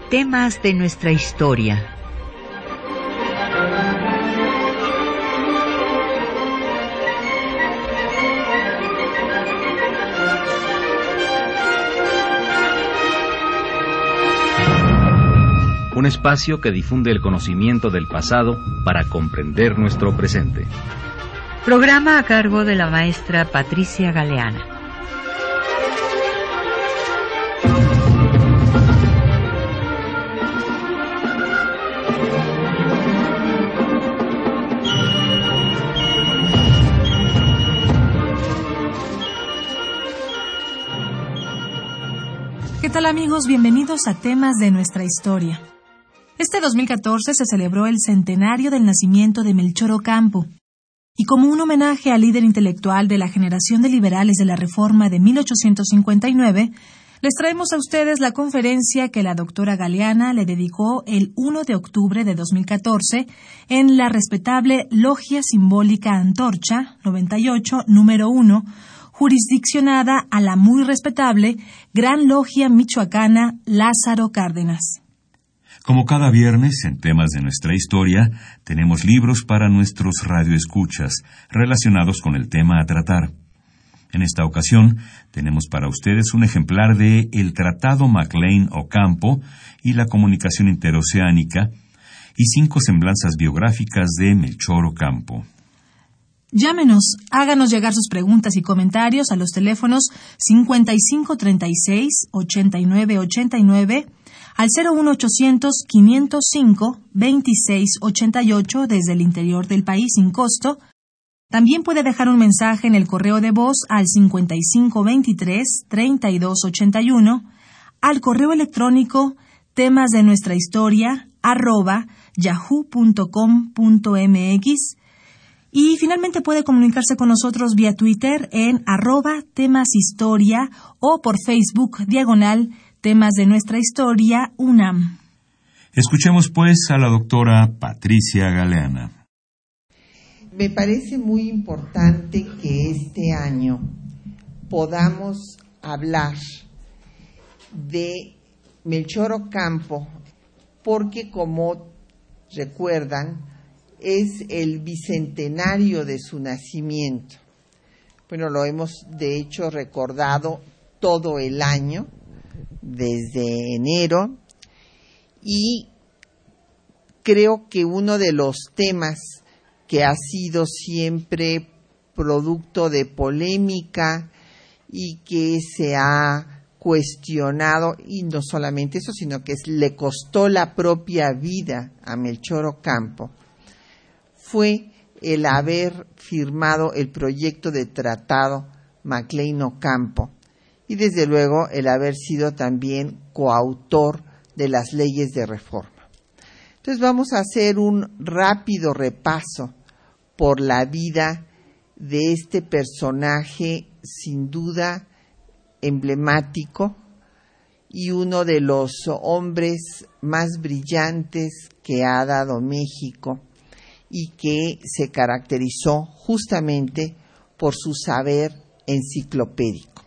Temas de nuestra historia. Un espacio que difunde el conocimiento del pasado para comprender nuestro presente. Programa a cargo de la maestra Patricia Galeana. ¿Qué tal, amigos? Bienvenidos a Temas de nuestra historia. Este 2014 se celebró el centenario del nacimiento de Melchor Ocampo, y como un homenaje al líder intelectual de la generación de liberales de la Reforma de 1859, les traemos a ustedes la conferencia que la doctora Galeana le dedicó el 1 de octubre de 2014 en la respetable Logia Simbólica Antorcha 98, número 1, jurisdiccionada a la muy respetable Gran Logia Michoacana Lázaro Cárdenas. Como cada viernes, en Temas de nuestra historia, tenemos libros para nuestros radioescuchas relacionados con el tema a tratar. En esta ocasión, tenemos para ustedes un ejemplar de El Tratado MacLean Ocampo y la Comunicación Interoceánica y 5 semblanzas biográficas de Melchor Ocampo. Llámenos, háganos llegar sus preguntas y comentarios a los teléfonos 5536-8989, al 01800-505-2688 desde el interior del país sin costo. También puede dejar un mensaje en el correo de voz al 5523-3281, al correo electrónico temasdenuestrahistoria@yahoo.com.mx, y finalmente puede comunicarse con nosotros vía Twitter en @temashistoria o por Facebook /Temas de nuestra historia UNAM. Escuchemos pues a la doctora Patricia Galeana. Me parece muy importante que este año podamos hablar de Melchor Ocampo, porque como recuerdan, es el bicentenario de su nacimiento. Bueno, lo hemos de hecho recordado todo el año, desde enero, y creo que uno de los temas que ha sido siempre producto de polémica y que se ha cuestionado, y no solamente eso, sino que le costó la propia vida a Melchor Ocampo, fue el haber firmado el proyecto de tratado MacLean Ocampo y desde luego el haber sido también coautor de las leyes de reforma. Entonces vamos a hacer un rápido repaso por la vida de este personaje sin duda emblemático y uno de los hombres más brillantes que ha dado México, y que se caracterizó justamente por su saber enciclopédico.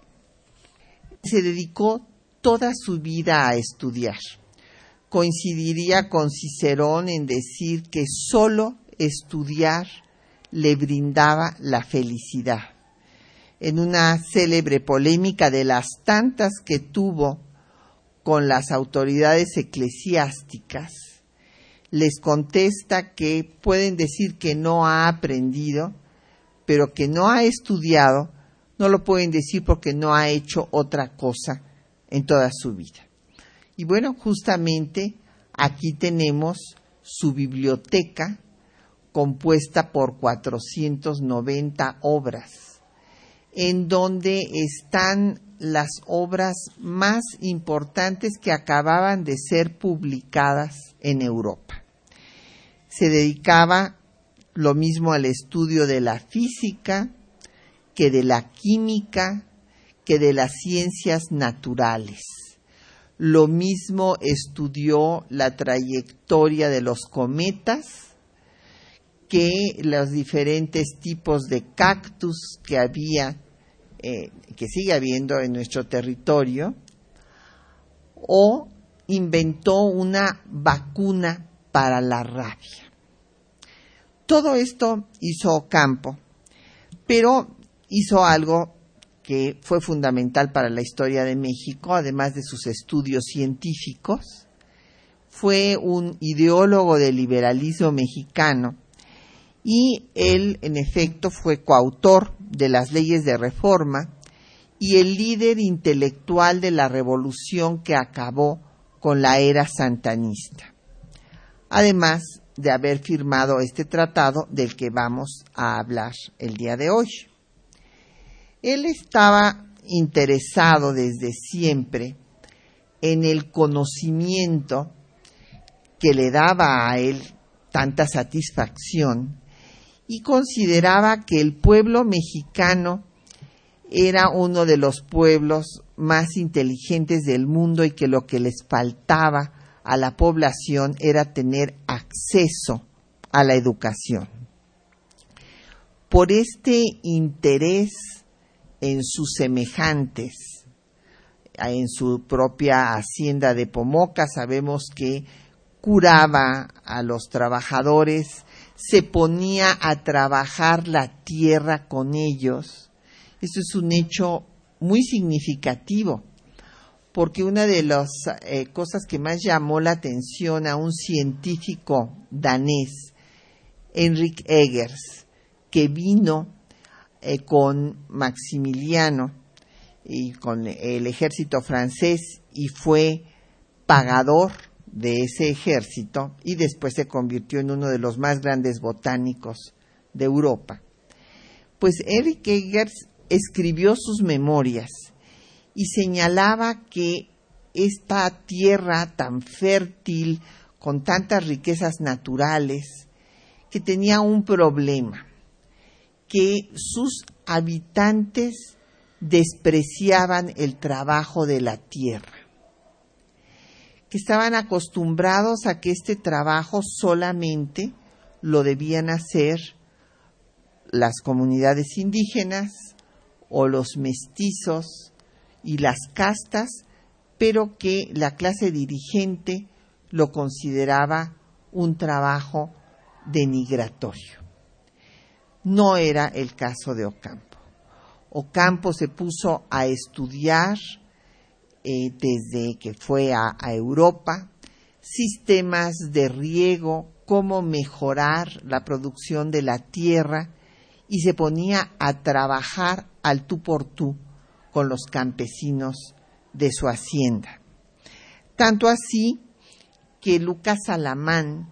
Se dedicó toda su vida a estudiar. Coincidiría con Cicerón en decir que solo estudiar le brindaba la felicidad. En una célebre polémica de las tantas que tuvo con las autoridades eclesiásticas, les contesta que pueden decir que no ha aprendido, pero que no ha estudiado, no lo pueden decir porque no ha hecho otra cosa en toda su vida. Y bueno, justamente aquí tenemos su biblioteca compuesta por 490 obras, en donde están las obras más importantes que acababan de ser publicadas en Europa. Se dedicaba lo mismo al estudio de la física, que de la química, que de las ciencias naturales. Lo mismo estudió la trayectoria de los cometas, que los diferentes tipos de cactus que había, que sigue habiendo en nuestro territorio, o inventó una vacuna para la rabia. Todo esto hizo Ocampo, pero hizo algo que fue fundamental para la historia de México, además de sus estudios científicos. Fue un ideólogo del liberalismo mexicano y él, en efecto, fue coautor de las leyes de reforma y el líder intelectual de la revolución que acabó con la era santanista, además de haber firmado este tratado del que vamos a hablar el día de hoy. Él estaba interesado desde siempre en el conocimiento que le daba a él tanta satisfacción y consideraba que el pueblo mexicano era uno de los pueblos más inteligentes del mundo y que lo que les faltaba a la población era tener acceso a la educación. Por este interés en sus semejantes, en su propia hacienda de Pomoca, sabemos que curaba a los trabajadores, se ponía a trabajar la tierra con ellos. Esto es un hecho muy significativo, porque una de las cosas que más llamó la atención a un científico danés, Henrik Egers, que vino con Maximiliano y con el ejército francés y fue pagador de ese ejército y después se convirtió en uno de los más grandes botánicos de Europa. Pues Henrik Egers escribió sus memorias y señalaba que esta tierra tan fértil, con tantas riquezas naturales, que tenía un problema, que sus habitantes despreciaban el trabajo de la tierra, que estaban acostumbrados a que este trabajo solamente lo debían hacer las comunidades indígenas o los mestizos y las castas, pero que la clase dirigente lo consideraba un trabajo denigratorio. No era el caso de Ocampo. Ocampo se puso a estudiar desde que fue a Europa sistemas de riego, cómo mejorar la producción de la tierra y se ponía a trabajar al tú por tú con los campesinos de su hacienda. Tanto así que Lucas Alamán,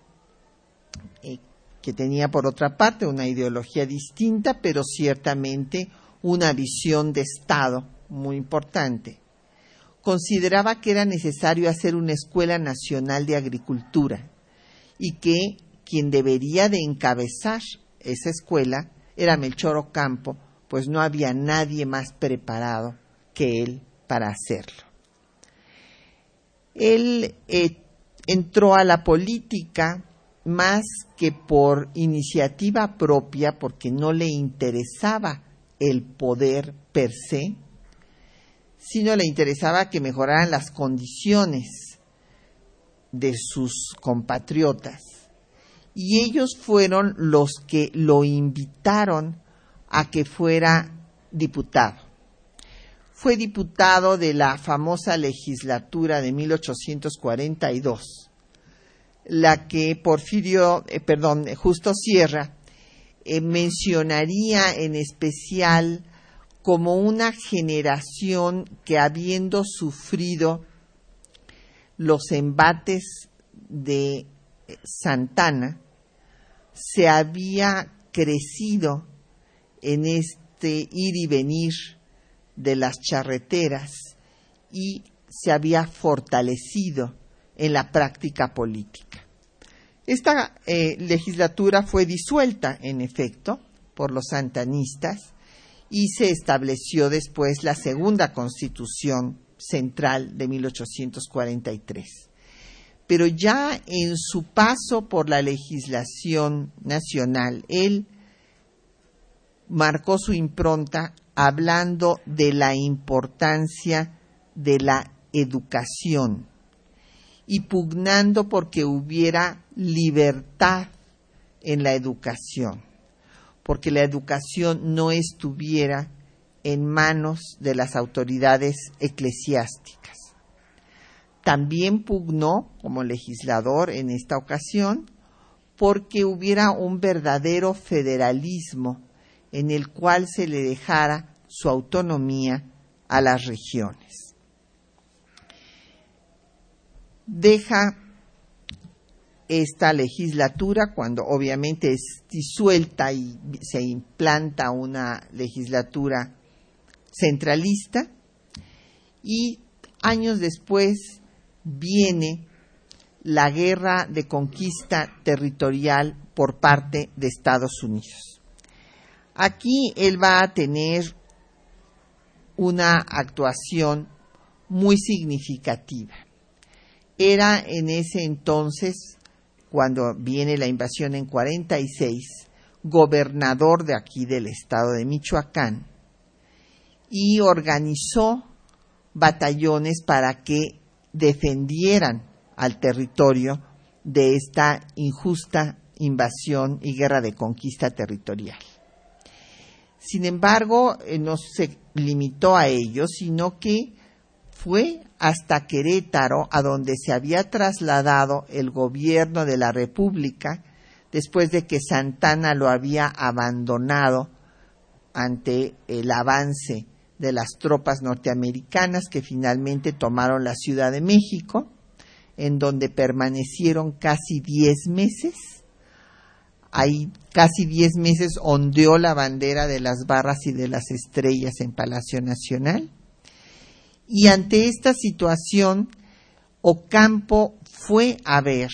que tenía por otra parte una ideología distinta, pero ciertamente una visión de Estado muy importante, consideraba que era necesario hacer una escuela nacional de agricultura y que quien debería de encabezar esa escuela era Melchor Ocampo, pues no había nadie más preparado que él para hacerlo. Él entró a la política más que por iniciativa propia, porque no le interesaba el poder per se, sino le interesaba que mejoraran las condiciones de sus compatriotas. Y ellos fueron los que lo invitaron a que fuera diputado. Fue diputado de la famosa legislatura de 1842, la que Justo Sierra mencionaría en especial como una generación que, habiendo sufrido los embates de Santa Anna, se había crecido en este ir y venir de las charreteras y se había fortalecido en la práctica política. Esta legislatura fue disuelta, en efecto, por los santanistas y se estableció después la segunda Constitución Central de 1843. Pero ya en su paso por la legislación nacional, él marcó su impronta hablando de la importancia de la educación y pugnando porque hubiera libertad en la educación, porque la educación no estuviera en manos de las autoridades eclesiásticas. También pugnó como legislador en esta ocasión porque hubiera un verdadero federalismo en el cual se le dejara su autonomía a las regiones. Deja esta legislatura cuando obviamente es disuelta y se implanta una legislatura centralista, y años después viene la guerra de conquista territorial por parte de Estados Unidos. Aquí él va a tener una actuación muy significativa. Era en ese entonces, cuando viene la invasión en 46, gobernador de aquí del estado de Michoacán, y organizó batallones para que defendieran al territorio de esta injusta invasión y guerra de conquista territorial. Sin embargo, no se limitó a ello, sino que fue hasta Querétaro, a donde se había trasladado el gobierno de la República después de que Santana lo había abandonado ante el avance de las tropas norteamericanas que finalmente tomaron la Ciudad de México, en donde permanecieron casi 10 meses. Ahí casi 10 meses ondeó la bandera de las barras y de las estrellas en Palacio Nacional. Y ante esta situación, Ocampo fue a ver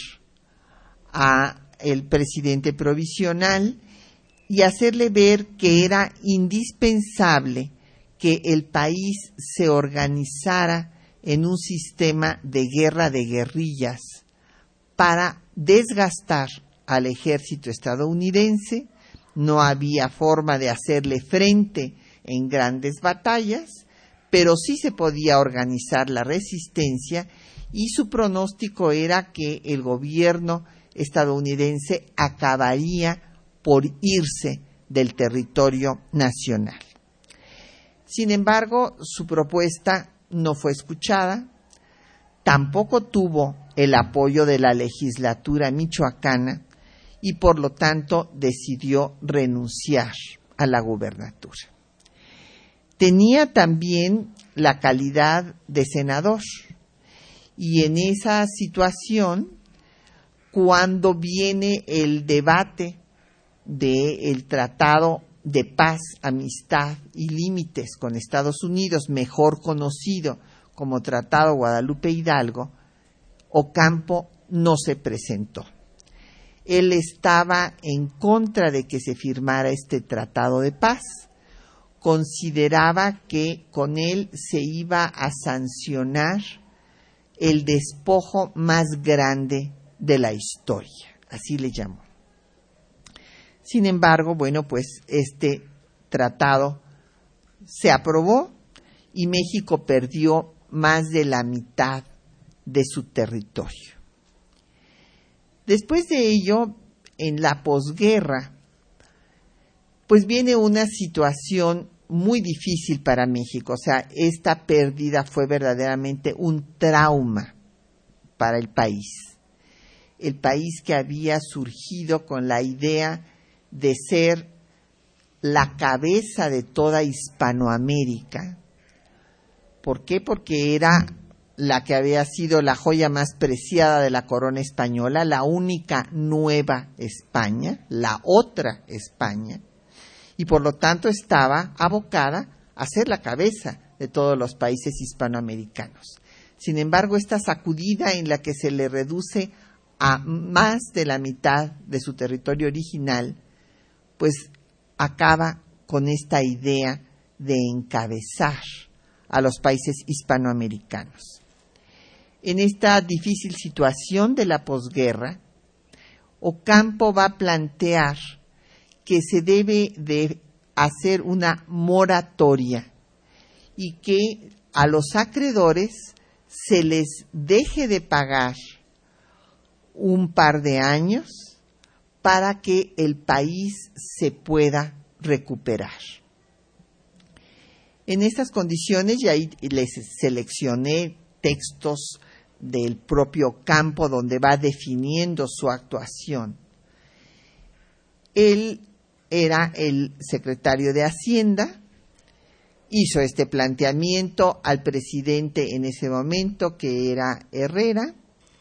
a el presidente provisional y hacerle ver que era indispensable que el país se organizara en un sistema de guerra de guerrillas para desgastar al ejército estadounidense. No había forma de hacerle frente en grandes batallas, pero sí se podía organizar la resistencia, y su pronóstico era que el gobierno estadounidense acabaría por irse del territorio nacional. Sin embargo, su propuesta no fue escuchada, tampoco tuvo el apoyo de la legislatura michoacana y por lo tanto decidió renunciar a la gubernatura. Tenía también la calidad de senador, y en esa situación, cuando viene el debate del Tratado de Paz, Amistad y Límites con Estados Unidos, mejor conocido como Tratado Guadalupe Hidalgo, Ocampo no se presentó. Él estaba en contra de que se firmara este Tratado de Paz. Consideraba que con él se iba a sancionar el despojo más grande de la historia, así le llamó. Sin embargo, pues este tratado se aprobó y México perdió más de la mitad de su territorio. Después de ello, en la posguerra, pues viene una situación muy difícil para México. O sea, esta pérdida fue verdaderamente un trauma para el país. El país que había surgido con la idea de ser la cabeza de toda Hispanoamérica. ¿Por qué? Porque era la que había sido la joya más preciada de la corona española, la única nueva España, la otra España, y por lo tanto estaba abocada a ser la cabeza de todos los países hispanoamericanos. Sin embargo, esta sacudida en la que se le reduce a más de la mitad de su territorio original, pues acaba con esta idea de encabezar a los países hispanoamericanos. En esta difícil situación de la posguerra, Ocampo va a plantear que se debe de hacer una moratoria y que a los acreedores se les deje de pagar un par de años para que el país se pueda recuperar. En estas condiciones, y ahí les seleccioné textos del propio Campo donde va definiendo su actuación. Él era el secretario de Hacienda, hizo este planteamiento al presidente en ese momento, que era Herrera,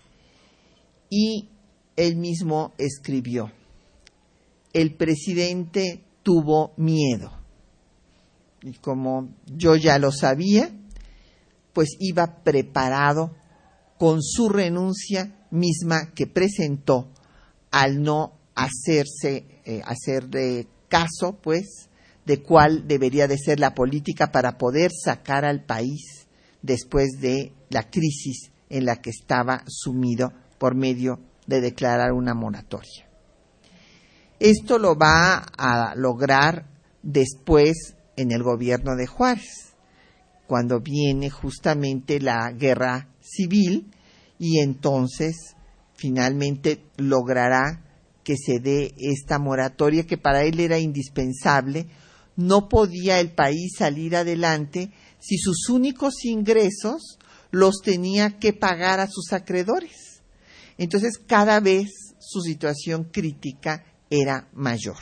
y él mismo escribió: el presidente tuvo miedo. Y como yo ya lo sabía, pues iba preparado con su renuncia misma que presentó al no hacerle caso, pues, de cuál debería de ser la política para poder sacar al país después de la crisis en la que estaba sumido por medio de declarar una moratoria. Esto lo va a lograr después en el gobierno de Juárez, cuando viene justamente la guerra civil, y entonces finalmente logrará que se dé esta moratoria que para él era indispensable. No podía el país salir adelante si sus únicos ingresos los tenía que pagar a sus acreedores. Entonces, cada vez su situación crítica era mayor.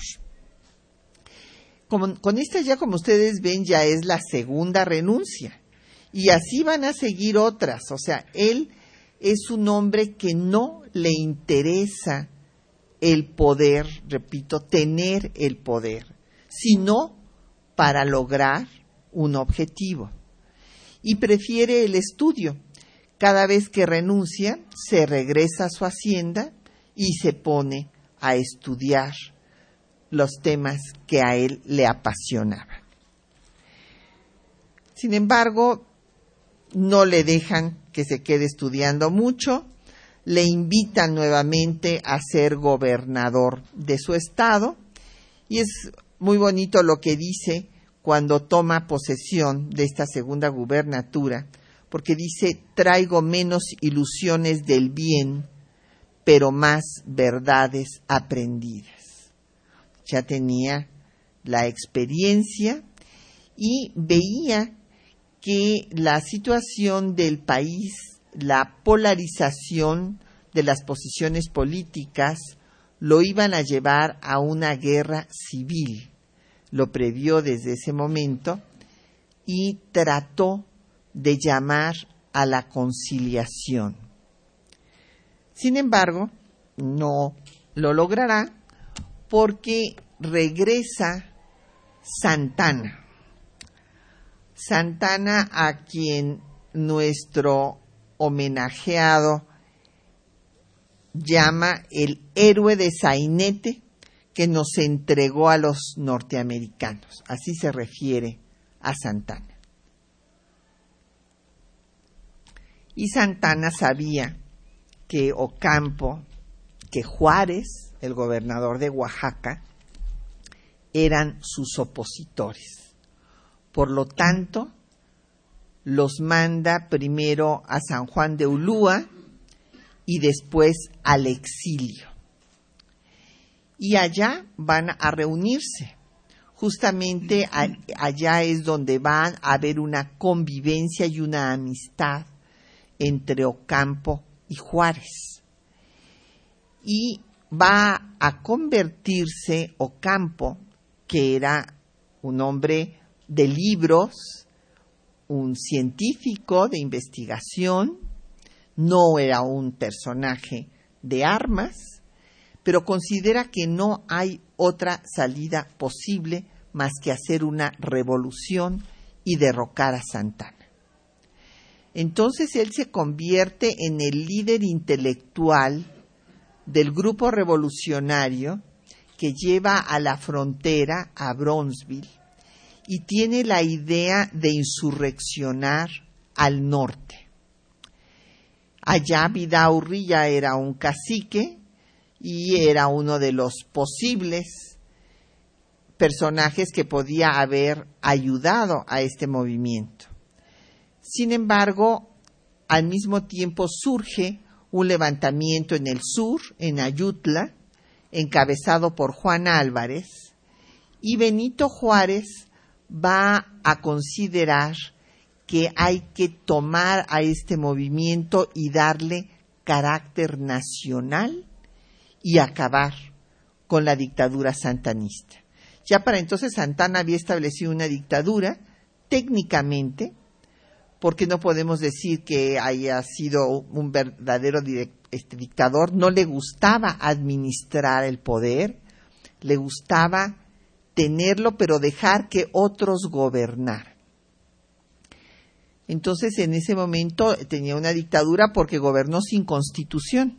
Con esta ya, como ustedes ven, ya es la segunda renuncia. Y así van a seguir otras. O sea, él es un hombre que no le interesa el poder, repito, tener el poder, sino para lograr un objetivo. Y prefiere el estudio. Cada vez que renuncia, se regresa a su hacienda y se pone a estudiar los temas que a él le apasionaban. Sin embargo, no le dejan que se quede estudiando mucho, le invitan nuevamente a ser gobernador de su estado, y es muy bonito lo que dice cuando toma posesión de esta segunda gubernatura, porque dice: traigo menos ilusiones del bien, pero más verdades aprendidas. Ya tenía la experiencia y veía que la situación del país, la polarización de las posiciones políticas, lo iban a llevar a una guerra civil. Lo previó desde ese momento y trató de llamar a la conciliación. Sin embargo, no lo logrará porque regresa Santana. Santana, a quien nuestro homenajeado llama el héroe de sainete que nos entregó a los norteamericanos. Así se refiere a Santana. Y Santana sabía que Ocampo, que Juárez, el gobernador de Oaxaca, eran sus opositores. Por lo tanto, los manda primero a San Juan de Ulúa y después al exilio. Y allá van a reunirse. Justamente allá es donde van a haber una convivencia y una amistad entre Ocampo y Juárez. Y va a convertirse Ocampo, que era un hombre de libros, un científico de investigación, no era un personaje de armas, pero considera que no hay otra salida posible más que hacer una revolución y derrocar a Santana. Entonces él se convierte en el líder intelectual del grupo revolucionario que lleva a la frontera, a Bronzeville, y tiene la idea de insurreccionar al norte. Allá Vidaurri ya era un cacique y era uno de los posibles personajes que podía haber ayudado a este movimiento. Sin embargo, al mismo tiempo surge un levantamiento en el sur, en Ayutla, encabezado por Juan Álvarez, y Benito Juárez va a considerar que hay que tomar a este movimiento y darle carácter nacional y acabar con la dictadura santanista. Ya para entonces Santana había establecido una dictadura, técnicamente, porque no podemos decir que haya sido un verdadero dictador. No le gustaba administrar el poder, le gustaba tenerlo, pero dejar que otros gobernaran. Entonces, en ese momento tenía una dictadura porque gobernó sin constitución.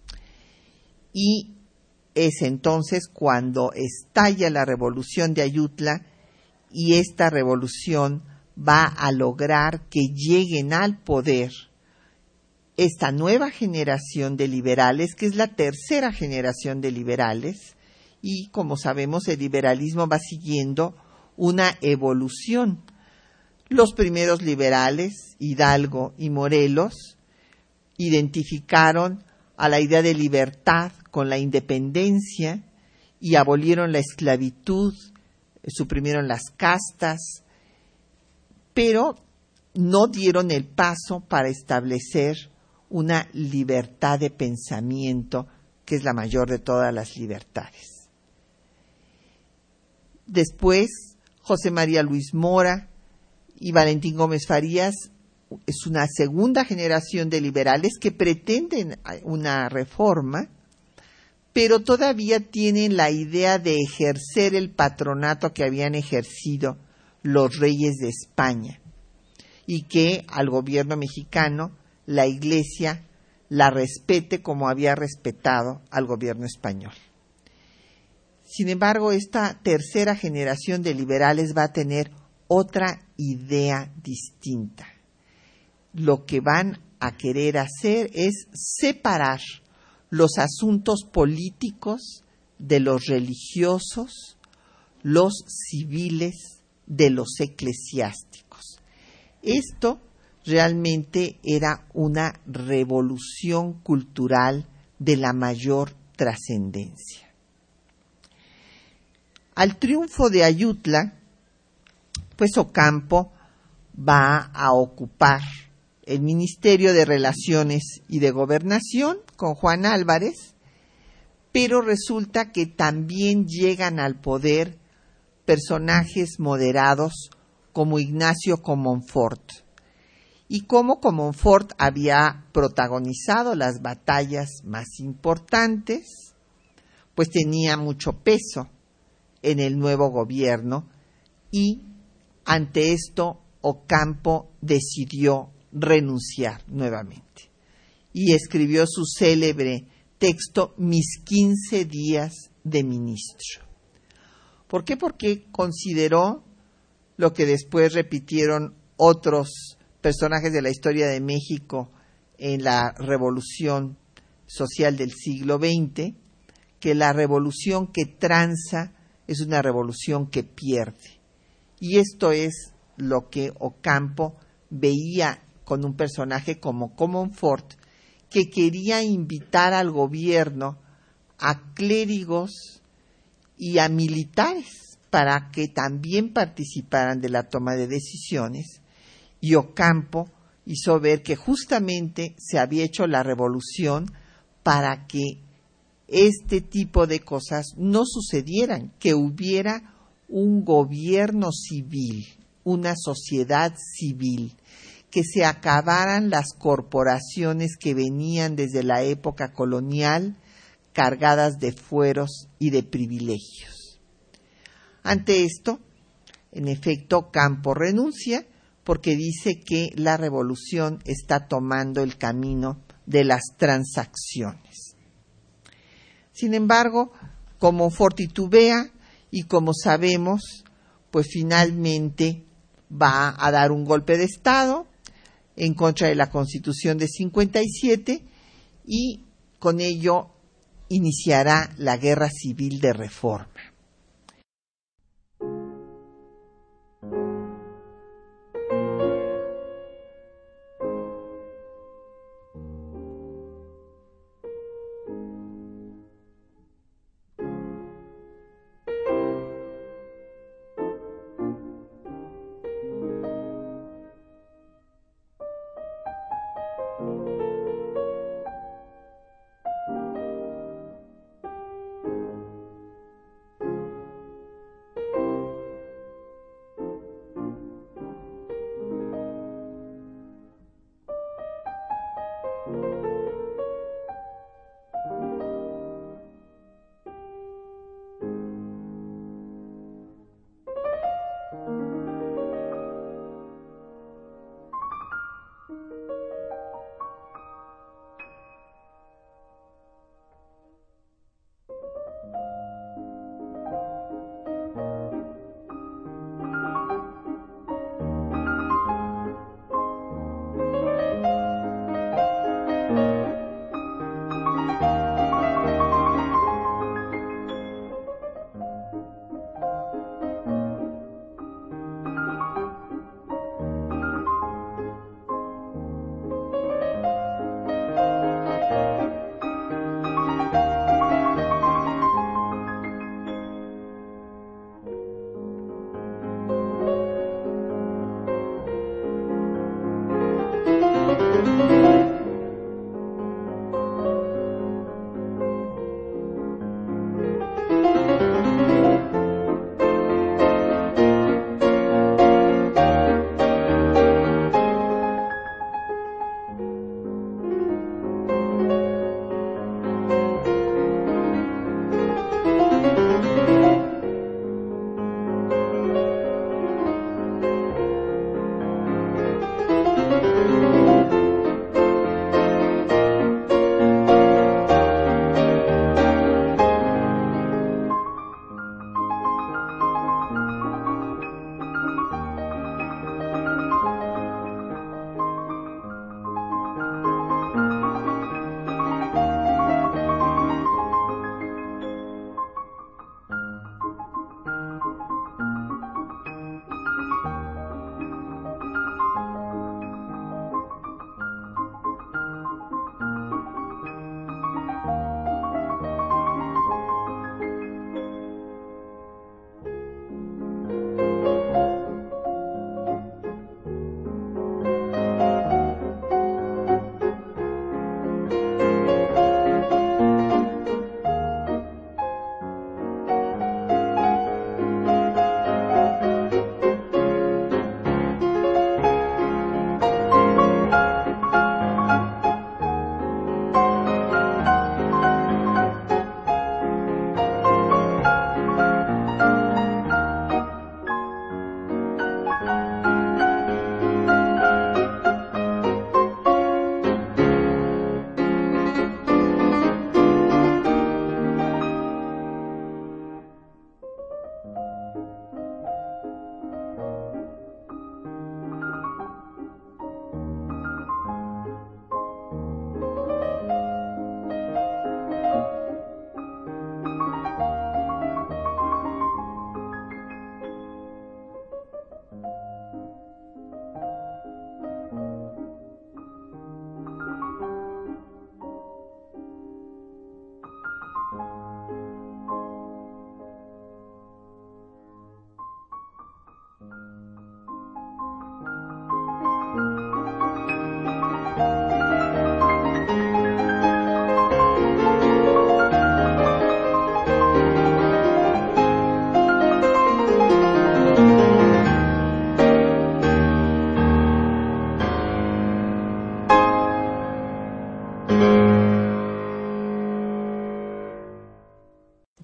Y es entonces cuando estalla la revolución de Ayutla, y esta revolución va a lograr que lleguen al poder esta nueva generación de liberales, que es la tercera generación de liberales, y como sabemos el liberalismo va siguiendo una evolución. Los primeros liberales, Hidalgo y Morelos, identificaron a la idea de libertad con la independencia y abolieron la esclavitud, suprimieron las castas, pero no dieron el paso para establecer una libertad de pensamiento, que es la mayor de todas las libertades. Después, José María Luis Mora y Valentín Gómez Farías es una segunda generación de liberales que pretenden una reforma, pero todavía tienen la idea de ejercer el patronato que habían ejercido los reyes de España, y que al gobierno mexicano la Iglesia la respete como había respetado al gobierno español. Sin embargo, esta tercera generación de liberales va a tener otra idea distinta. Lo que van a querer hacer es separar los asuntos políticos de los religiosos, los civiles de los eclesiásticos. Esto realmente era una revolución cultural de la mayor trascendencia. Al triunfo de Ayutla, pues Ocampo va a ocupar el Ministerio de Relaciones y de Gobernación con Juan Álvarez, pero resulta que también llegan al poder personajes moderados como Ignacio Comonfort. Y como Comonfort había protagonizado las batallas más importantes, pues tenía mucho peso en el nuevo gobierno, y ante esto Ocampo decidió renunciar nuevamente y escribió su célebre texto Mis 15 días de ministro. ¿Por qué? Porque consideró lo que después repitieron otros personajes de la historia de México en la revolución social del siglo XX, que la revolución que tranza es una revolución que pierde. Y esto es lo que Ocampo veía con un personaje como Comonfort, que quería invitar al gobierno a clérigos y a militares para que también participaran de la toma de decisiones, y Ocampo hizo ver que justamente se había hecho la revolución para que este tipo de cosas no sucedieran, que hubiera un gobierno civil, una sociedad civil, que se acabaran las corporaciones que venían desde la época colonial cargadas de fueros y de privilegios. Ante esto, en efecto, Ocampo renuncia porque dice que la revolución está tomando el camino de las transacciones. Sin embargo, Comonfort titubea y, como sabemos, pues finalmente va a dar un golpe de Estado en contra de la Constitución de 57, y con ello iniciará la Guerra Civil de Reforma.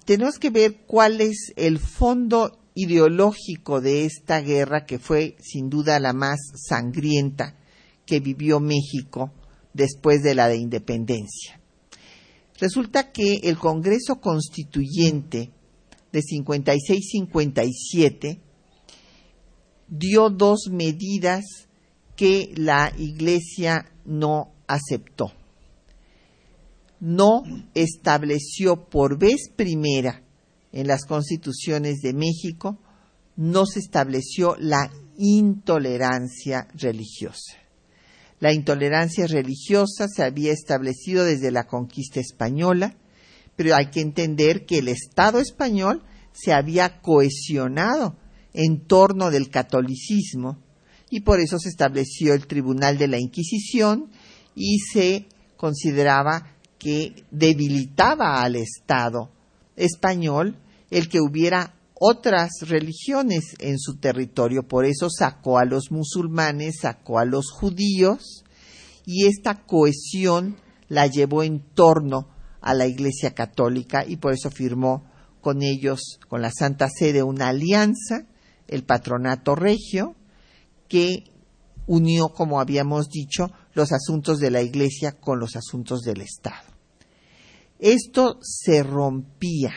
tenemos que ver cuál es el fondo ideológico de esta guerra, que fue sin duda la más sangrienta que vivió México después de la de independencia. Resulta que el Congreso Constituyente de 56-57 dio dos medidas que la Iglesia no aceptó. No estableció por vez primera en las constituciones de México, no se estableció la intolerancia religiosa. La intolerancia religiosa se había establecido desde la conquista española, pero hay que entender que el Estado español se había cohesionado en torno del catolicismo y por eso se estableció el Tribunal de la Inquisición y se consideraba que debilitaba al Estado español el que hubiera otras religiones en su territorio. Por eso sacó a los musulmanes, sacó a los judíos, y esta cohesión la llevó en torno a la Iglesia Católica, y por eso firmó con ellos, con la Santa Sede, una alianza, el Patronato Regio, que unió, como habíamos dicho, los asuntos de la Iglesia con los asuntos del Estado. Esto se rompía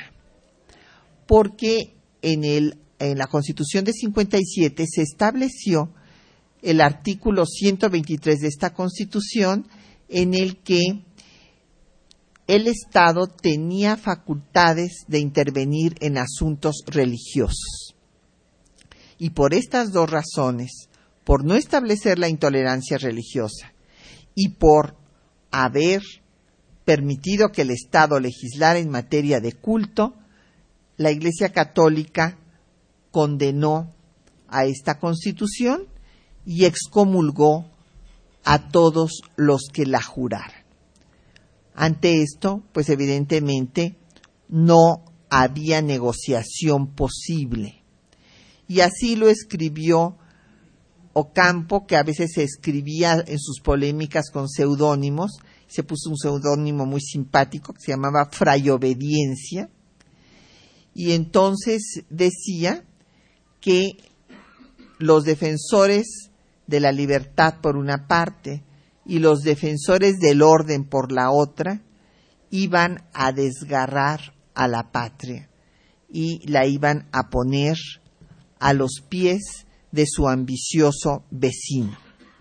porque en la Constitución de 57 se estableció el artículo 123 de esta Constitución, en el que el Estado tenía facultades de intervenir en asuntos religiosos. Y por estas dos razones, por no establecer la intolerancia religiosa y por haber permitido que el Estado legislara en materia de culto, la Iglesia Católica condenó a esta Constitución y excomulgó a todos los que la juraran. Ante esto, pues evidentemente no había negociación posible. Y así lo escribió Ocampo, que a veces se escribía en sus polémicas con seudónimos. Se puso un seudónimo muy simpático que se llamaba Fray Obediencia. Y entonces decía que los defensores de la libertad por una parte y los defensores del orden por la otra iban a desgarrar a la patria y la iban a poner a los pies de su ambicioso vecino.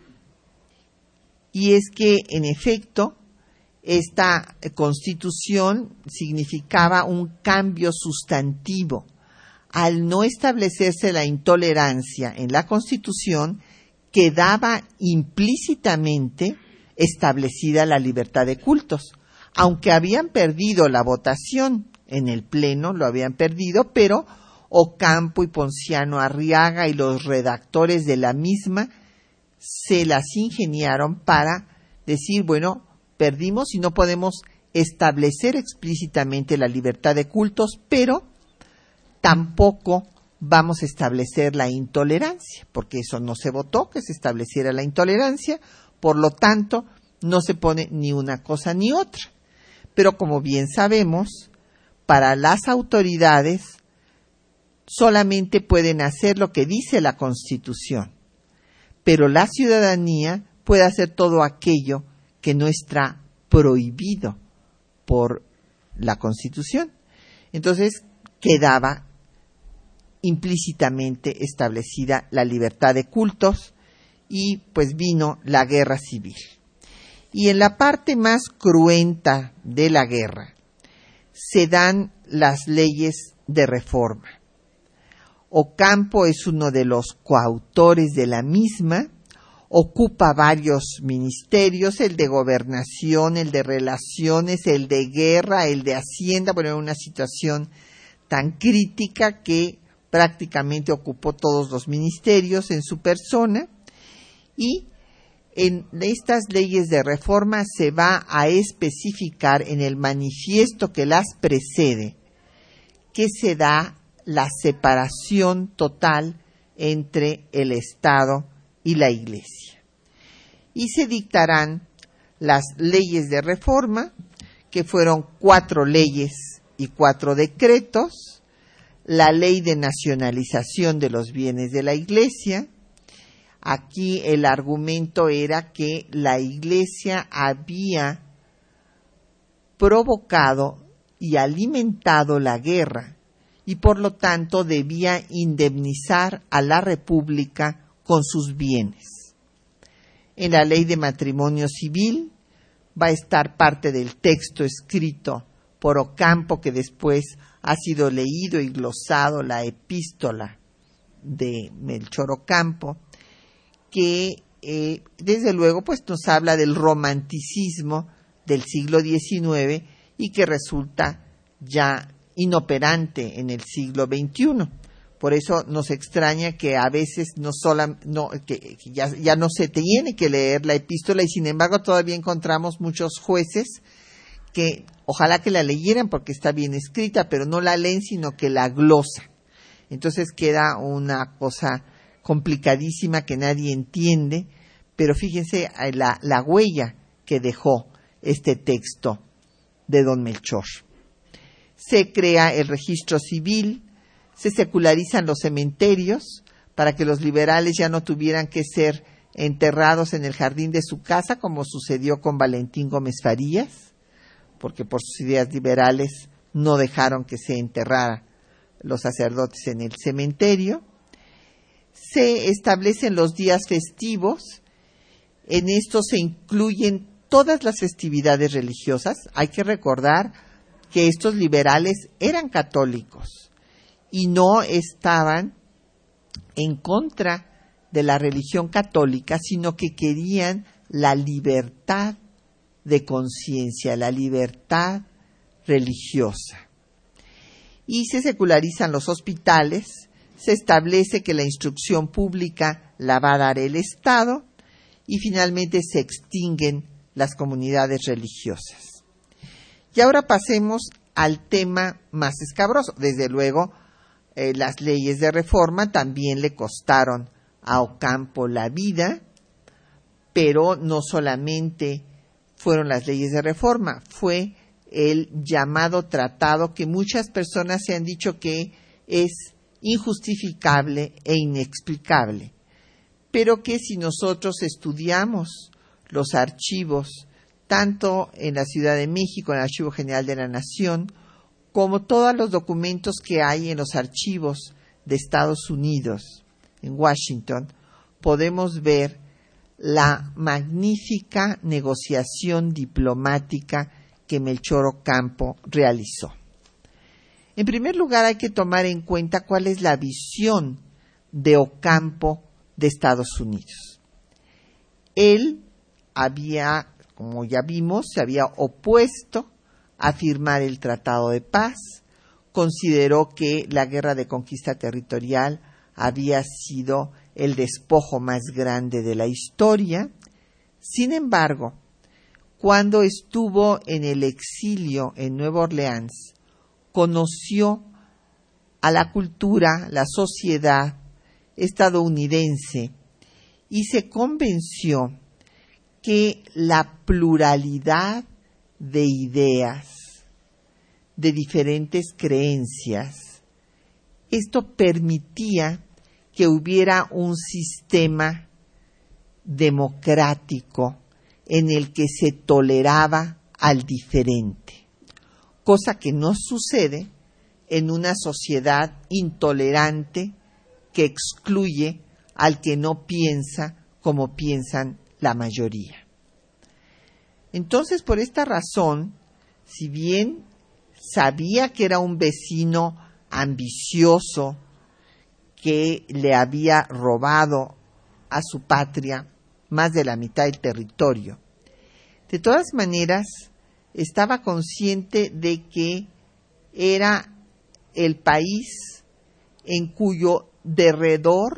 Y es que, en efecto, esta Constitución significaba un cambio sustantivo. Al no establecerse la intolerancia en la Constitución, quedaba implícitamente establecida la libertad de cultos. Aunque habían perdido la votación en el Pleno, lo habían perdido, pero Ocampo y Ponciano Arriaga y los redactores de la misma se las ingeniaron para decir, bueno, perdimos y no podemos establecer explícitamente la libertad de cultos, pero tampoco vamos a establecer la intolerancia, porque eso no se votó, que se estableciera la intolerancia, por lo tanto, no se pone ni una cosa ni otra. Pero como bien sabemos, para las autoridades solamente pueden hacer lo que dice la Constitución, pero la ciudadanía puede hacer todo aquello que no está prohibido por la Constitución. Entonces quedaba implícitamente establecida la libertad de cultos y pues vino la guerra civil. Y en la parte más cruenta de la guerra se dan las leyes de reforma. Ocampo es uno de los coautores de la misma, ocupa varios ministerios, el de gobernación, el de relaciones, el de guerra, el de hacienda, bueno, en una situación tan crítica que prácticamente ocupó todos los ministerios en su persona, y en estas leyes de reforma se va a especificar en el manifiesto que las precede que se da la separación total entre el Estado y la Iglesia. Y se dictarán las leyes de reforma, que fueron 4 leyes y 4 decretos, la ley de nacionalización de los bienes de la Iglesia. Aquí el argumento era que la Iglesia había provocado y alimentado la guerra y por lo tanto debía indemnizar a la República con sus bienes. En la ley de matrimonio civil va a estar parte del texto escrito por Ocampo, que después ha sido leído y glosado, la epístola de Melchor Ocampo, que desde luego pues nos habla del romanticismo del siglo XIX y que resulta ya inoperante en el siglo XXI. Por eso nos extraña que a veces que ya no se tiene que leer la epístola y sin embargo todavía encontramos muchos jueces que ojalá que la leyeran porque está bien escrita, pero no la leen sino que la glosan. Entonces queda una cosa complicadísima que nadie entiende, pero fíjense la huella que dejó este texto de don Melchor. Se crea el registro civil, se secularizan los cementerios para que los liberales ya no tuvieran que ser enterrados en el jardín de su casa, como sucedió con Valentín Gómez Farías, porque por sus ideas liberales no dejaron que se enterrara los sacerdotes en el cementerio. Se establecen los días festivos, en esto se incluyen todas las festividades religiosas. Hay que recordar que estos liberales eran católicos y no estaban en contra de la religión católica, sino que querían la libertad de conciencia, la libertad religiosa. Y se secularizan los hospitales, se establece que la instrucción pública la va a dar el Estado y finalmente se extinguen las comunidades religiosas. Y ahora pasemos al tema más escabroso. Desde luego, las leyes de reforma también le costaron a Ocampo la vida, pero no solamente fueron las leyes de reforma, fue el llamado tratado que muchas personas se han dicho que es injustificable e inexplicable, pero que si nosotros estudiamos los archivos, tanto en la Ciudad de México, en el Archivo General de la Nación, como todos los documentos que hay en los archivos de Estados Unidos, en Washington, podemos ver la magnífica negociación diplomática que Melchor Ocampo realizó. En primer lugar, hay que tomar en cuenta cuál es la visión de Ocampo de Estados Unidos. Él había, como ya vimos, se había opuesto a firmar el Tratado de Paz, consideró que la guerra de conquista territorial había sido el despojo más grande de la historia. Sin embargo, cuando estuvo en el exilio en Nueva Orleans, conoció a la cultura, la sociedad estadounidense y se convenció que la pluralidad de ideas, de diferentes creencias, esto permitía que hubiera un sistema democrático en el que se toleraba al diferente, cosa que no sucede en una sociedad intolerante que excluye al que no piensa como piensan la mayoría. Entonces, por esta razón, si bien sabía que era un vecino ambicioso que le había robado a su patria más de la mitad del territorio, de todas maneras estaba consciente de que era el país en cuyo derredor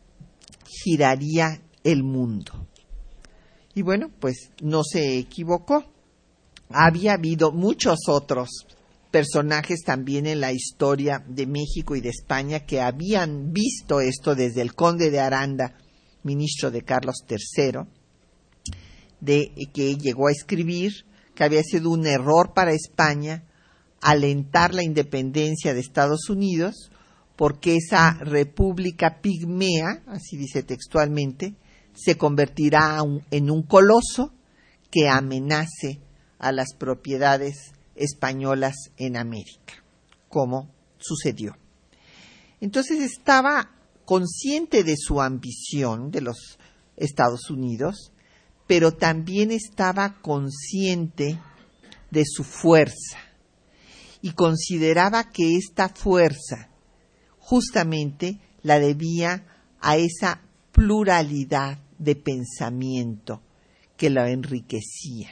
giraría el mundo. Y bueno, pues no se equivocó. Había habido muchos otros personajes también en la historia de México y de España que habían visto esto, desde el conde de Aranda, ministro de Carlos III, de que llegó a escribir que había sido un error para España alentar la independencia de Estados Unidos, porque esa república pigmea, así dice textualmente, se convertirá en un coloso que amenace a las propiedades españolas en América, como sucedió. Entonces estaba consciente de su ambición de los Estados Unidos, pero también estaba consciente de su fuerza y consideraba que esta fuerza justamente la debía a esa pluralidad de pensamiento que la enriquecía.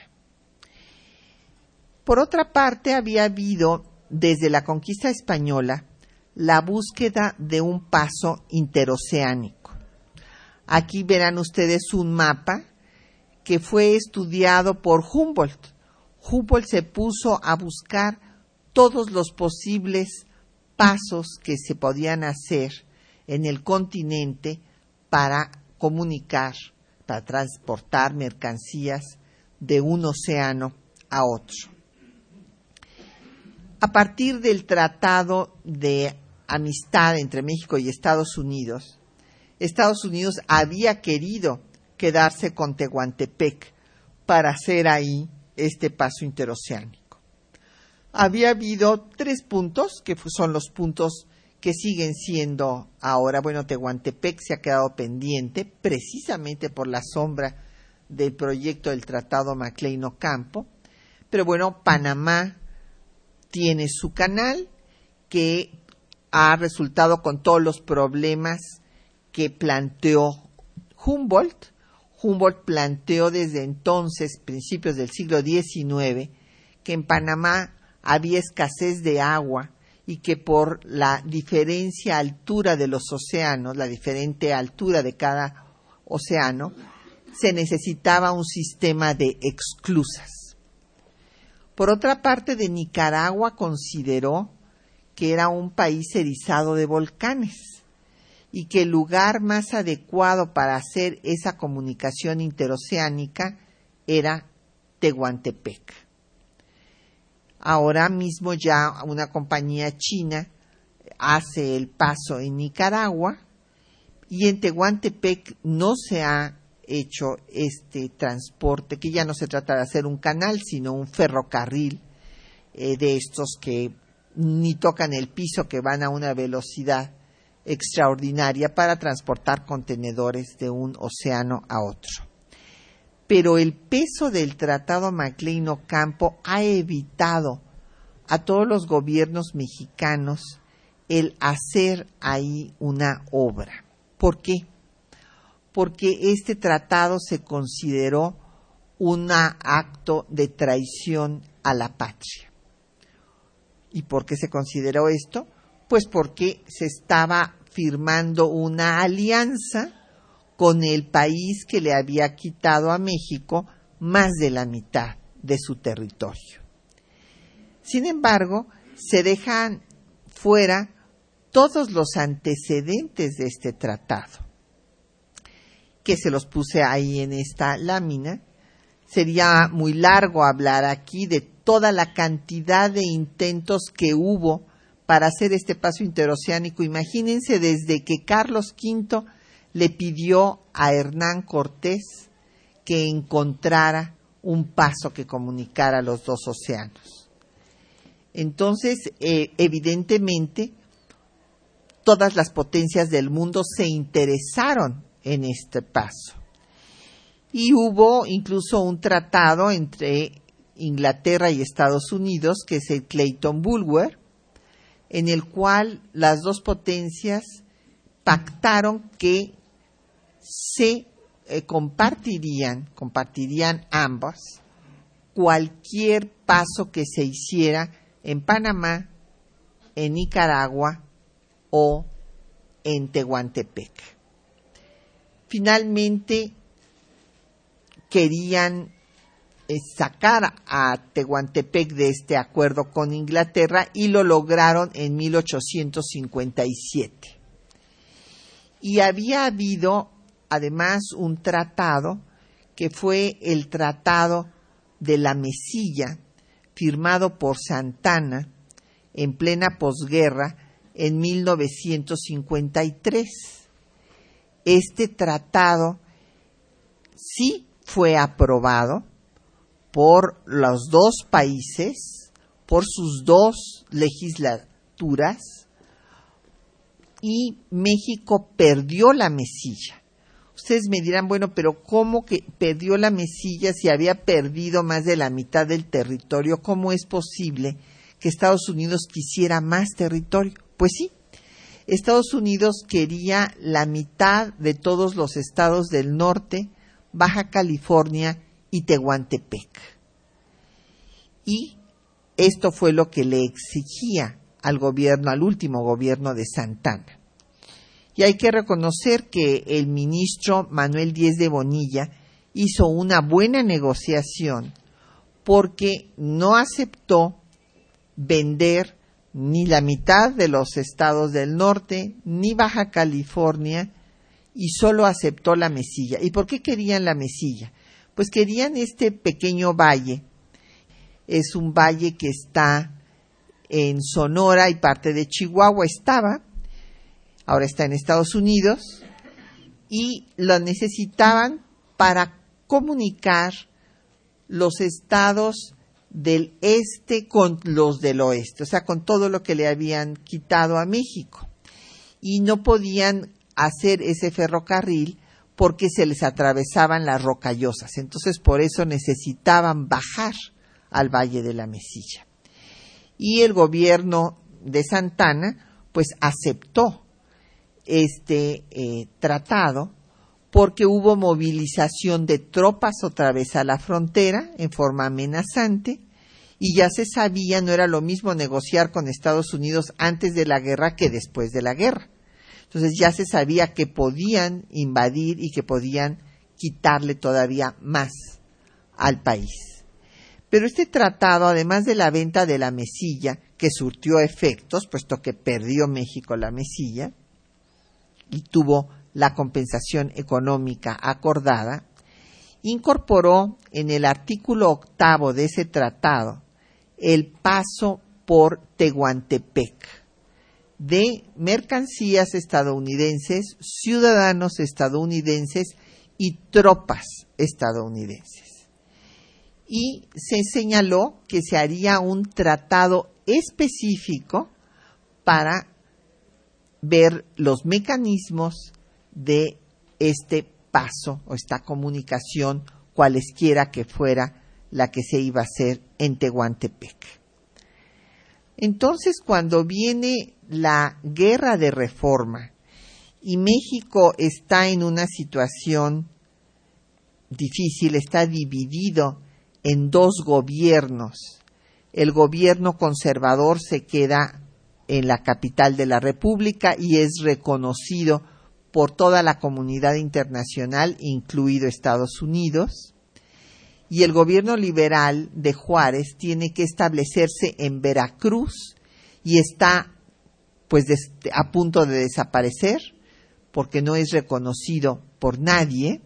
Por otra parte, había habido desde la conquista española la búsqueda de un paso interoceánico. Aquí verán ustedes un mapa que fue estudiado por Humboldt. Humboldt se puso a buscar todos los posibles pasos que se podían hacer en el continente para comunicar, para transportar mercancías de un océano a otro. A partir del Tratado de Amistad entre México y Estados Unidos había querido quedarse con Tehuantepec para hacer ahí este paso interoceánico. Había habido 3 puntos, que son los puntos que siguen siendo ahora. Bueno, Tehuantepec se ha quedado pendiente precisamente por la sombra del proyecto del Tratado Maclean-Ocampo, pero bueno, Panamá tiene su canal que ha resultado con todos los problemas que planteó Humboldt. Humboldt planteó desde entonces, principios del siglo XIX, que en Panamá había escasez de agua y que por la diferencia altura de los océanos, la diferente altura de cada océano, se necesitaba un sistema de esclusas. Por otra parte, de Nicaragua consideró que era un país erizado de volcanes y que el lugar más adecuado para hacer esa comunicación interoceánica era Tehuantepec. Ahora mismo ya una compañía china hace el paso en Nicaragua y en Tehuantepec no se ha hecho este transporte, que ya no se trata de hacer un canal, sino un ferrocarril de estos que ni tocan el piso, que van a una velocidad extraordinaria para transportar contenedores de un océano a otro. Pero el peso del Tratado Maclean-Ocampo ha evitado a todos los gobiernos mexicanos el hacer ahí una obra. ¿Por qué? Porque este tratado se consideró un acto de traición a la patria. ¿Y por qué se consideró esto? Pues porque se estaba firmando una alianza con el país que le había quitado a México más de la mitad de su territorio. Sin embargo, se dejan fuera todos los antecedentes de este tratado, que se los puse ahí en esta lámina. Sería muy largo hablar aquí de toda la cantidad de intentos que hubo para hacer este paso interoceánico. Imagínense desde que Carlos V le pidió a Hernán Cortés que encontrara un paso que comunicara los dos océanos. Entonces, evidentemente, todas las potencias del mundo se interesaron en este paso. Y hubo incluso un tratado entre Inglaterra y Estados Unidos, que es el Clayton-Bulwer, en el cual las dos potencias pactaron que se compartirían ambas cualquier paso que se hiciera en Panamá, en Nicaragua o en Tehuantepec. Finalmente querían sacar a Tehuantepec de este acuerdo con Inglaterra y lo lograron en 1857. Y había habido además un tratado que fue el Tratado de la Mesilla, firmado por Santana en plena posguerra en 1953. Este tratado sí fue aprobado por los dos países, por sus dos legislaturas, y México perdió la Mesilla. Ustedes me dirán, bueno, pero ¿cómo que perdió la Mesilla si había perdido más de la mitad del territorio? ¿Cómo es posible que Estados Unidos quisiera más territorio? Pues sí, Estados Unidos quería la mitad de todos los estados del norte, Baja California y Tehuantepec. Y esto fue lo que le exigía al último gobierno de Santa Anna. Y hay que reconocer que el ministro Manuel Díez de Bonilla hizo una buena negociación porque no aceptó vender ni la mitad de los estados del norte, ni Baja California, y solo aceptó la Mesilla. ¿Y por qué querían la Mesilla? Pues querían este pequeño valle. Es un valle que está en Sonora y parte de Chihuahua ahora está en Estados Unidos, y lo necesitaban para comunicar los estados del este con los del oeste, o sea, con todo lo que le habían quitado a México. Y no podían hacer ese ferrocarril porque se les atravesaban las rocallosas. Entonces, por eso necesitaban bajar al Valle de la Mesilla. Y el gobierno de Santa Anna, pues, aceptó este tratado porque hubo movilización de tropas otra vez a la frontera en forma amenazante, y ya se sabía, no era lo mismo negociar con Estados Unidos antes de la guerra que después de la guerra. Entonces ya se sabía que podían invadir y que podían quitarle todavía más al país. Pero este tratado, además de la venta de la Mesilla, que surtió efectos, puesto que perdió México la Mesilla y tuvo la compensación económica acordada, incorporó en el artículo 8 de ese tratado el paso por Tehuantepec de mercancías estadounidenses, ciudadanos estadounidenses y tropas estadounidenses. Y se señaló que se haría un tratado específico para ver los mecanismos de este paso o esta comunicación, cualesquiera que fuera la que se iba a hacer en Tehuantepec. Entonces, cuando viene la guerra de reforma y México está en una situación difícil, está dividido en dos gobiernos. El gobierno conservador se queda en la capital de la República y es reconocido por toda la comunidad internacional, incluido Estados Unidos. Y el gobierno liberal de Juárez tiene que establecerse en Veracruz y está pues a punto de desaparecer porque no es reconocido por nadie.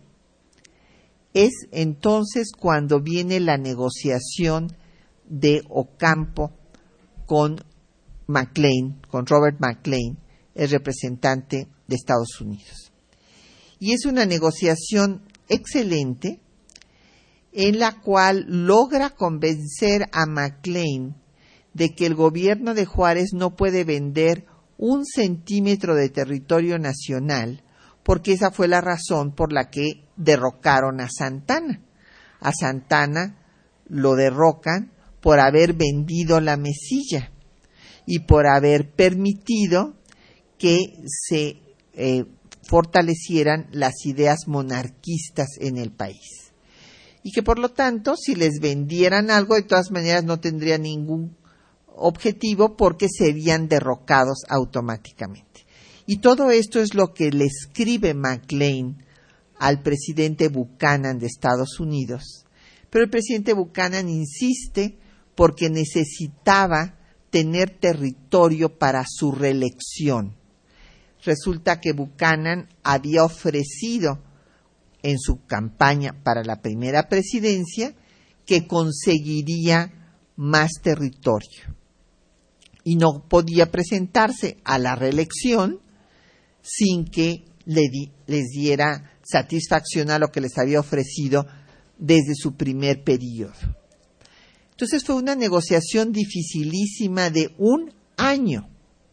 Es entonces cuando viene la negociación de Ocampo con McLean, con Robert McLean, el representante de Estados Unidos. Y es una negociación excelente en la cual logra convencer a McLean de que el gobierno de Juárez no puede vender 1 centímetro de territorio nacional, porque esa fue la razón por la que derrocaron a Santa Anna. A Santa Anna lo derrocan por haber vendido la Mesilla y por haber permitido que se fortalecieran las ideas monarquistas en el país. Y que por lo tanto, si les vendieran algo, de todas maneras no tendrían ningún objetivo porque serían derrocados automáticamente. Y todo esto es lo que le escribe McLean al presidente Buchanan de Estados Unidos. Pero el presidente Buchanan insiste porque necesitaba tener territorio para su reelección. Resulta que Buchanan había ofrecido en su campaña para la primera presidencia que conseguiría más territorio. y no podía presentarse a la reelección sin que les diera satisfacción a lo que les había ofrecido desde su primer periodo. Entonces fue una negociación dificilísima de un año,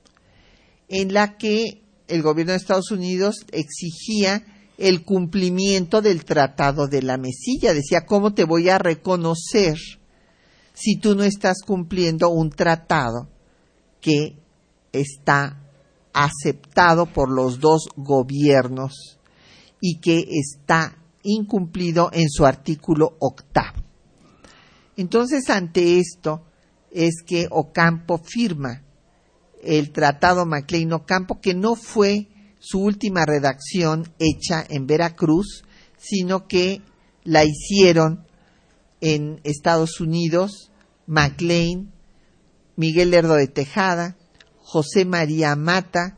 en la que el gobierno de Estados Unidos exigía el cumplimiento del Tratado de la Mesilla. Decía, ¿cómo te voy a reconocer si tú no estás cumpliendo un tratado que está aceptado por los dos gobiernos y que está incumplido en su artículo 8? Entonces, ante esto es que Ocampo firma el Tratado Maclean-Ocampo, que no fue su última redacción hecha en Veracruz, sino que la hicieron en Estados Unidos Maclean, Miguel Lerdo de Tejada, José María Mata,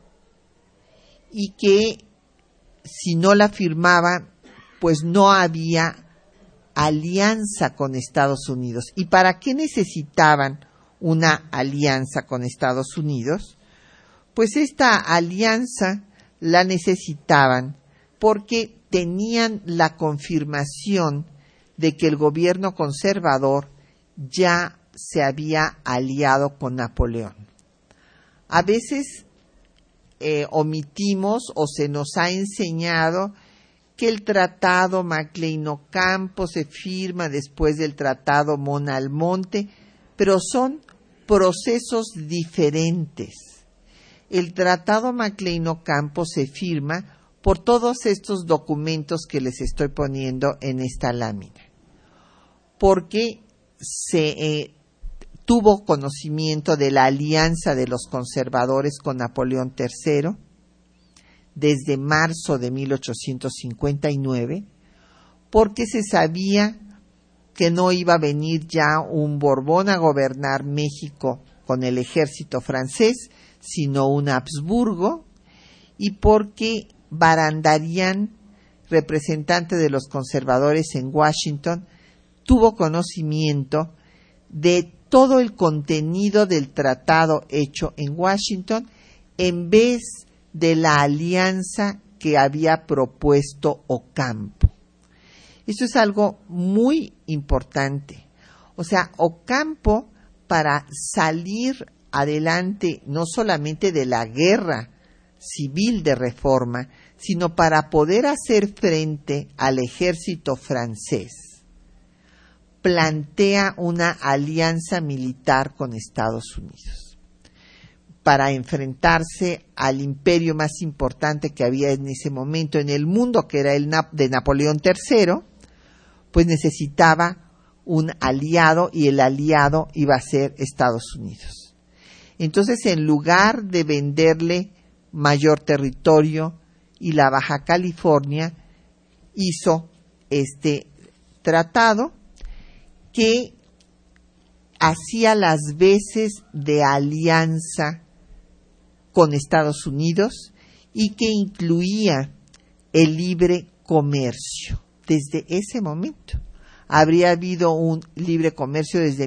y que si no la firmaba, pues no había alianza con Estados Unidos. ¿Y para qué necesitaban una alianza con Estados Unidos? Pues esta alianza la necesitaban porque tenían la confirmación de que el gobierno conservador ya se había aliado con Napoleón. A veces omitimos o se nos ha enseñado que el Tratado Maclean-Ocampo se firma después del Tratado Mona-Almonte, pero son procesos diferentes. El Tratado Maclean-Ocampo se firma por todos estos documentos que les estoy poniendo en esta lámina, porque se tuvo conocimiento de la alianza de los conservadores con Napoleón III desde marzo de 1859, porque se sabía que no iba a venir ya un Borbón a gobernar México con el ejército francés, sino un Habsburgo, y porque Barandarian, representante de los conservadores en Washington, tuvo conocimiento de todo el contenido del tratado hecho en Washington en vez de la alianza que había propuesto Ocampo. Esto es algo muy importante. O sea, Ocampo, para salir adelante no solamente de la guerra civil de reforma, sino para poder hacer frente al ejército francés, plantea una alianza militar con Estados Unidos para enfrentarse al imperio más importante que había en ese momento en el mundo, que era el de Napoleón III. Pues necesitaba un aliado, y el aliado iba a ser Estados Unidos. Entonces, en lugar de venderle mayor territorio y la Baja California, hizo este tratado que hacía las veces de alianza con Estados Unidos y que incluía el libre comercio. Desde ese momento habría habido un libre comercio desde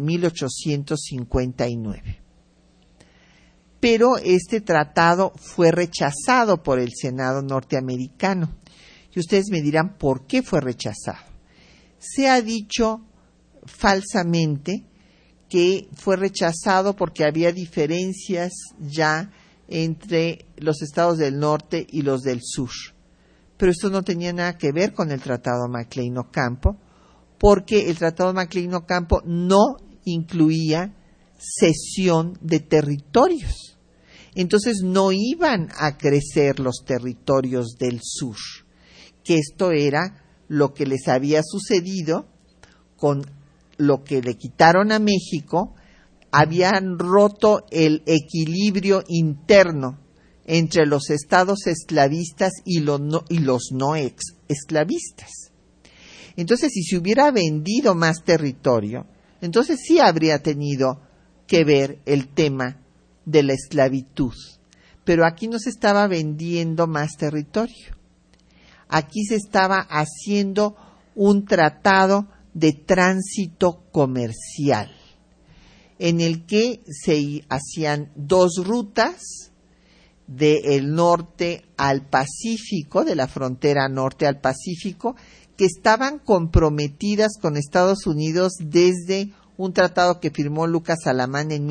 1859. Pero este tratado fue rechazado por el Senado norteamericano. Y ustedes me dirán, ¿por qué fue rechazado? Se ha dicho falsamente que fue rechazado porque había diferencias ya entre los estados del norte y los del sur. Pero esto no tenía nada que ver con el Tratado Maclean-Ocampo, porque el Tratado Maclean-Ocampo no incluía cesión de territorios. Entonces no iban a crecer los territorios del sur, que esto era lo que les había sucedido con lo que le quitaron a México. Habían roto el equilibrio interno entre los estados esclavistas y los no esclavistas. Entonces, si se hubiera vendido más territorio, entonces sí habría tenido que ver el tema de la esclavitud. Pero aquí no se estaba vendiendo más territorio. Aquí se estaba haciendo un tratado de tránsito comercial. en el que se hacían 2 rutas del norte al Pacífico, de la frontera norte al Pacífico, que estaban comprometidas con Estados Unidos desde un tratado que firmó Lucas Alamán en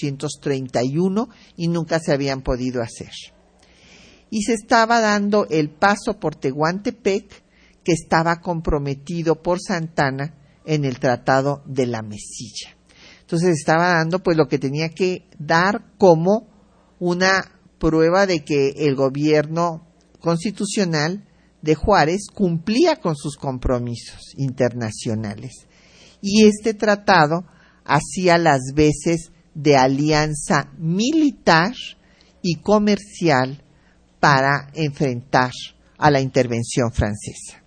1831 y nunca se habían podido hacer. Y se estaba dando el paso por Tehuantepec, que estaba comprometido por Santana en el Tratado de la Mesilla. Entonces estaba dando pues lo que tenía que dar como una prueba de que el gobierno constitucional de Juárez cumplía con sus compromisos internacionales. Y este tratado hacía las veces de alianza militar y comercial para enfrentar a la intervención francesa.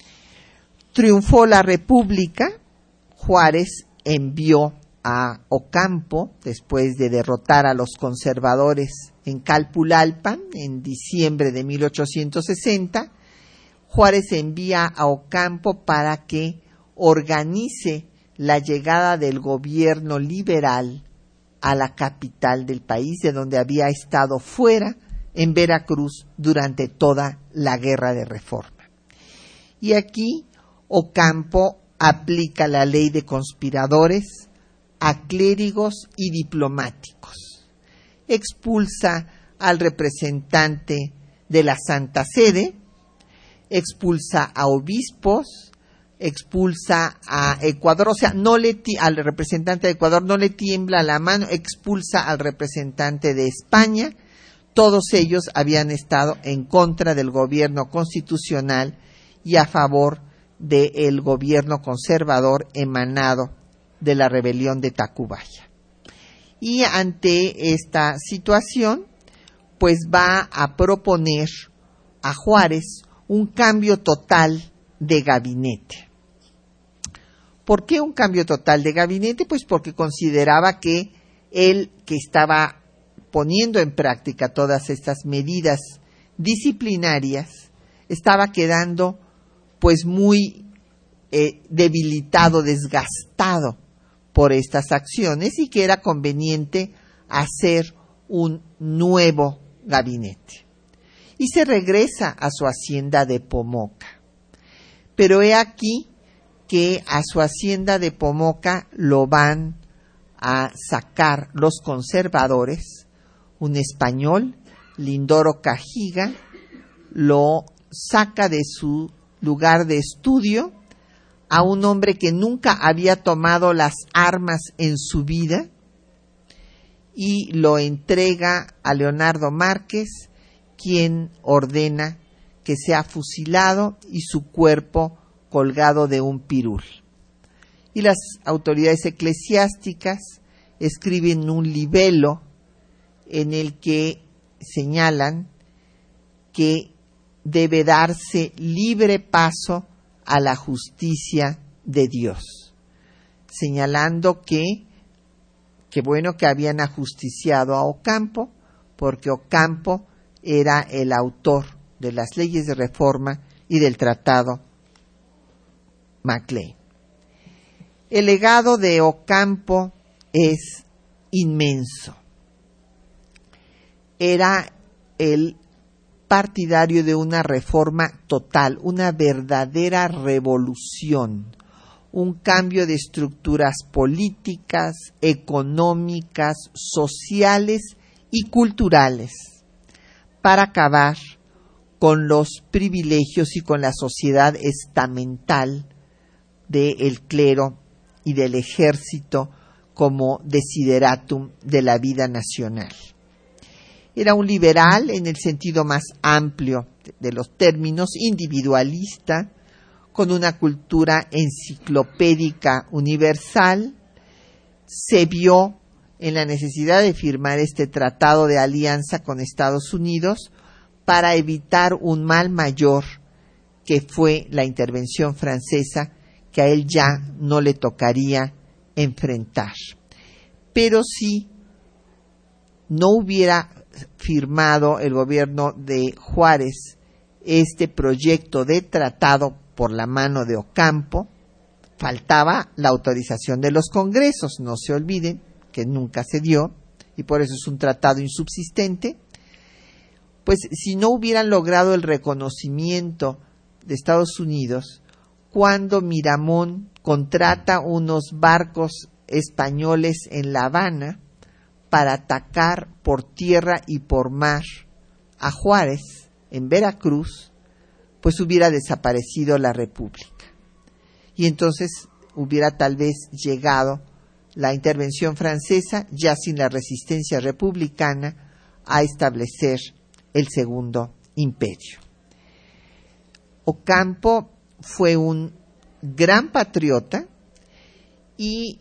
Triunfó la República. Juárez envió a Ocampo, después de derrotar a los conservadores en Calpulalpan en diciembre de 1860, Juárez envía a Ocampo para que organice la llegada del gobierno liberal a la capital del país, de donde había estado fuera, en Veracruz, durante toda la Guerra de Reforma. Y aquí Ocampo aplica la ley de conspiradores a clérigos y diplomáticos. Expulsa al representante de la Santa Sede, expulsa a obispos, expulsa a Ecuador, o sea, al representante de Ecuador no le tiembla la mano, expulsa al representante de España. Todos ellos habían estado en contra del gobierno constitucional y a favor del gobierno conservador emanado de la rebelión de Tacubaya. Y ante esta situación, pues va a proponer a Juárez un cambio total de gabinete. ¿Por qué un cambio total de gabinete? Pues porque consideraba que él, que estaba poniendo en práctica todas estas medidas disciplinarias, estaba quedando pues muy debilitado, desgastado por estas acciones, y que era conveniente hacer un nuevo gabinete. Y se regresa a su hacienda de Pomoca. Pero he aquí que a su hacienda de Pomoca lo van a sacar los conservadores. Un español, Lindoro Cajiga, lo saca de su lugar de estudio, a un hombre que nunca había tomado las armas en su vida, y lo entrega a Leonardo Márquez, quien ordena que sea fusilado y su cuerpo colgado de un pirul. Y las autoridades eclesiásticas escriben un libelo en el que señalan que debe darse libre paso a la justicia de Dios, señalando que bueno que habían ajusticiado a Ocampo, porque Ocampo era el autor de las leyes de reforma y del tratado Macleay. El legado de Ocampo es inmenso. Era el partidario de una reforma total, una verdadera revolución, un cambio de estructuras políticas, económicas, sociales y culturales, para acabar con los privilegios y con la sociedad estamental del clero y del ejército como desideratum de la vida nacional. Era un liberal en el sentido más amplio de los términos, individualista, con una cultura enciclopédica universal. Se vio en la necesidad de firmar este tratado de alianza con Estados Unidos para evitar un mal mayor, que fue la intervención francesa, que a él ya no le tocaría enfrentar. Pero si no hubiera firmado el gobierno de Juárez este proyecto de tratado por la mano de Ocampo, faltaba la autorización de los congresos, no se olviden que nunca se dio, y por eso es un tratado insubsistente, pues si no hubieran logrado el reconocimiento de Estados Unidos, cuando Miramón contrata unos barcos españoles en La Habana para atacar por tierra y por mar a Juárez, en Veracruz, pues hubiera desaparecido la República. Y entonces hubiera tal vez llegado la intervención francesa, ya sin la resistencia republicana, a establecer el Segundo Imperio. Ocampo fue un gran patriota y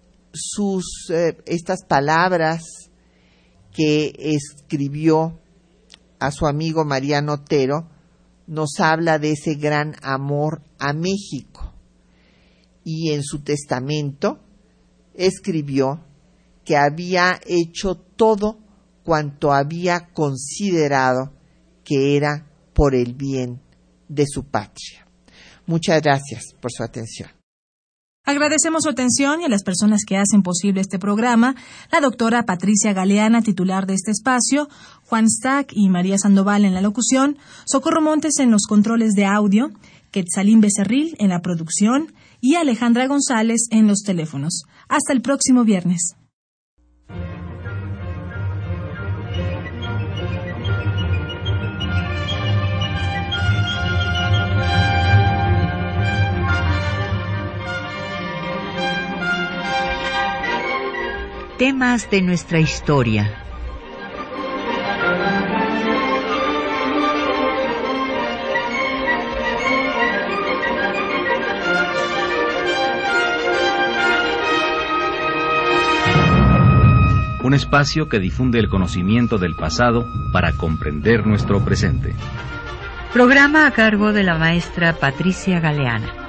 estas palabras que escribió a su amigo Mariano Otero nos habla de ese gran amor a México. Y en su testamento escribió que había hecho todo cuanto había considerado que era por el bien de su patria. Muchas gracias por su atención. Agradecemos su atención y a las personas que hacen posible este programa, la doctora Patricia Galeana, titular de este espacio, Juan Stack y María Sandoval en la locución, Socorro Montes en los controles de audio, Quetzalín Becerril en la producción y Alejandra González en los teléfonos. Hasta el próximo viernes. Temas de nuestra historia. Un espacio que difunde el conocimiento del pasado para comprender nuestro presente. Programa a cargo de la maestra Patricia Galeana.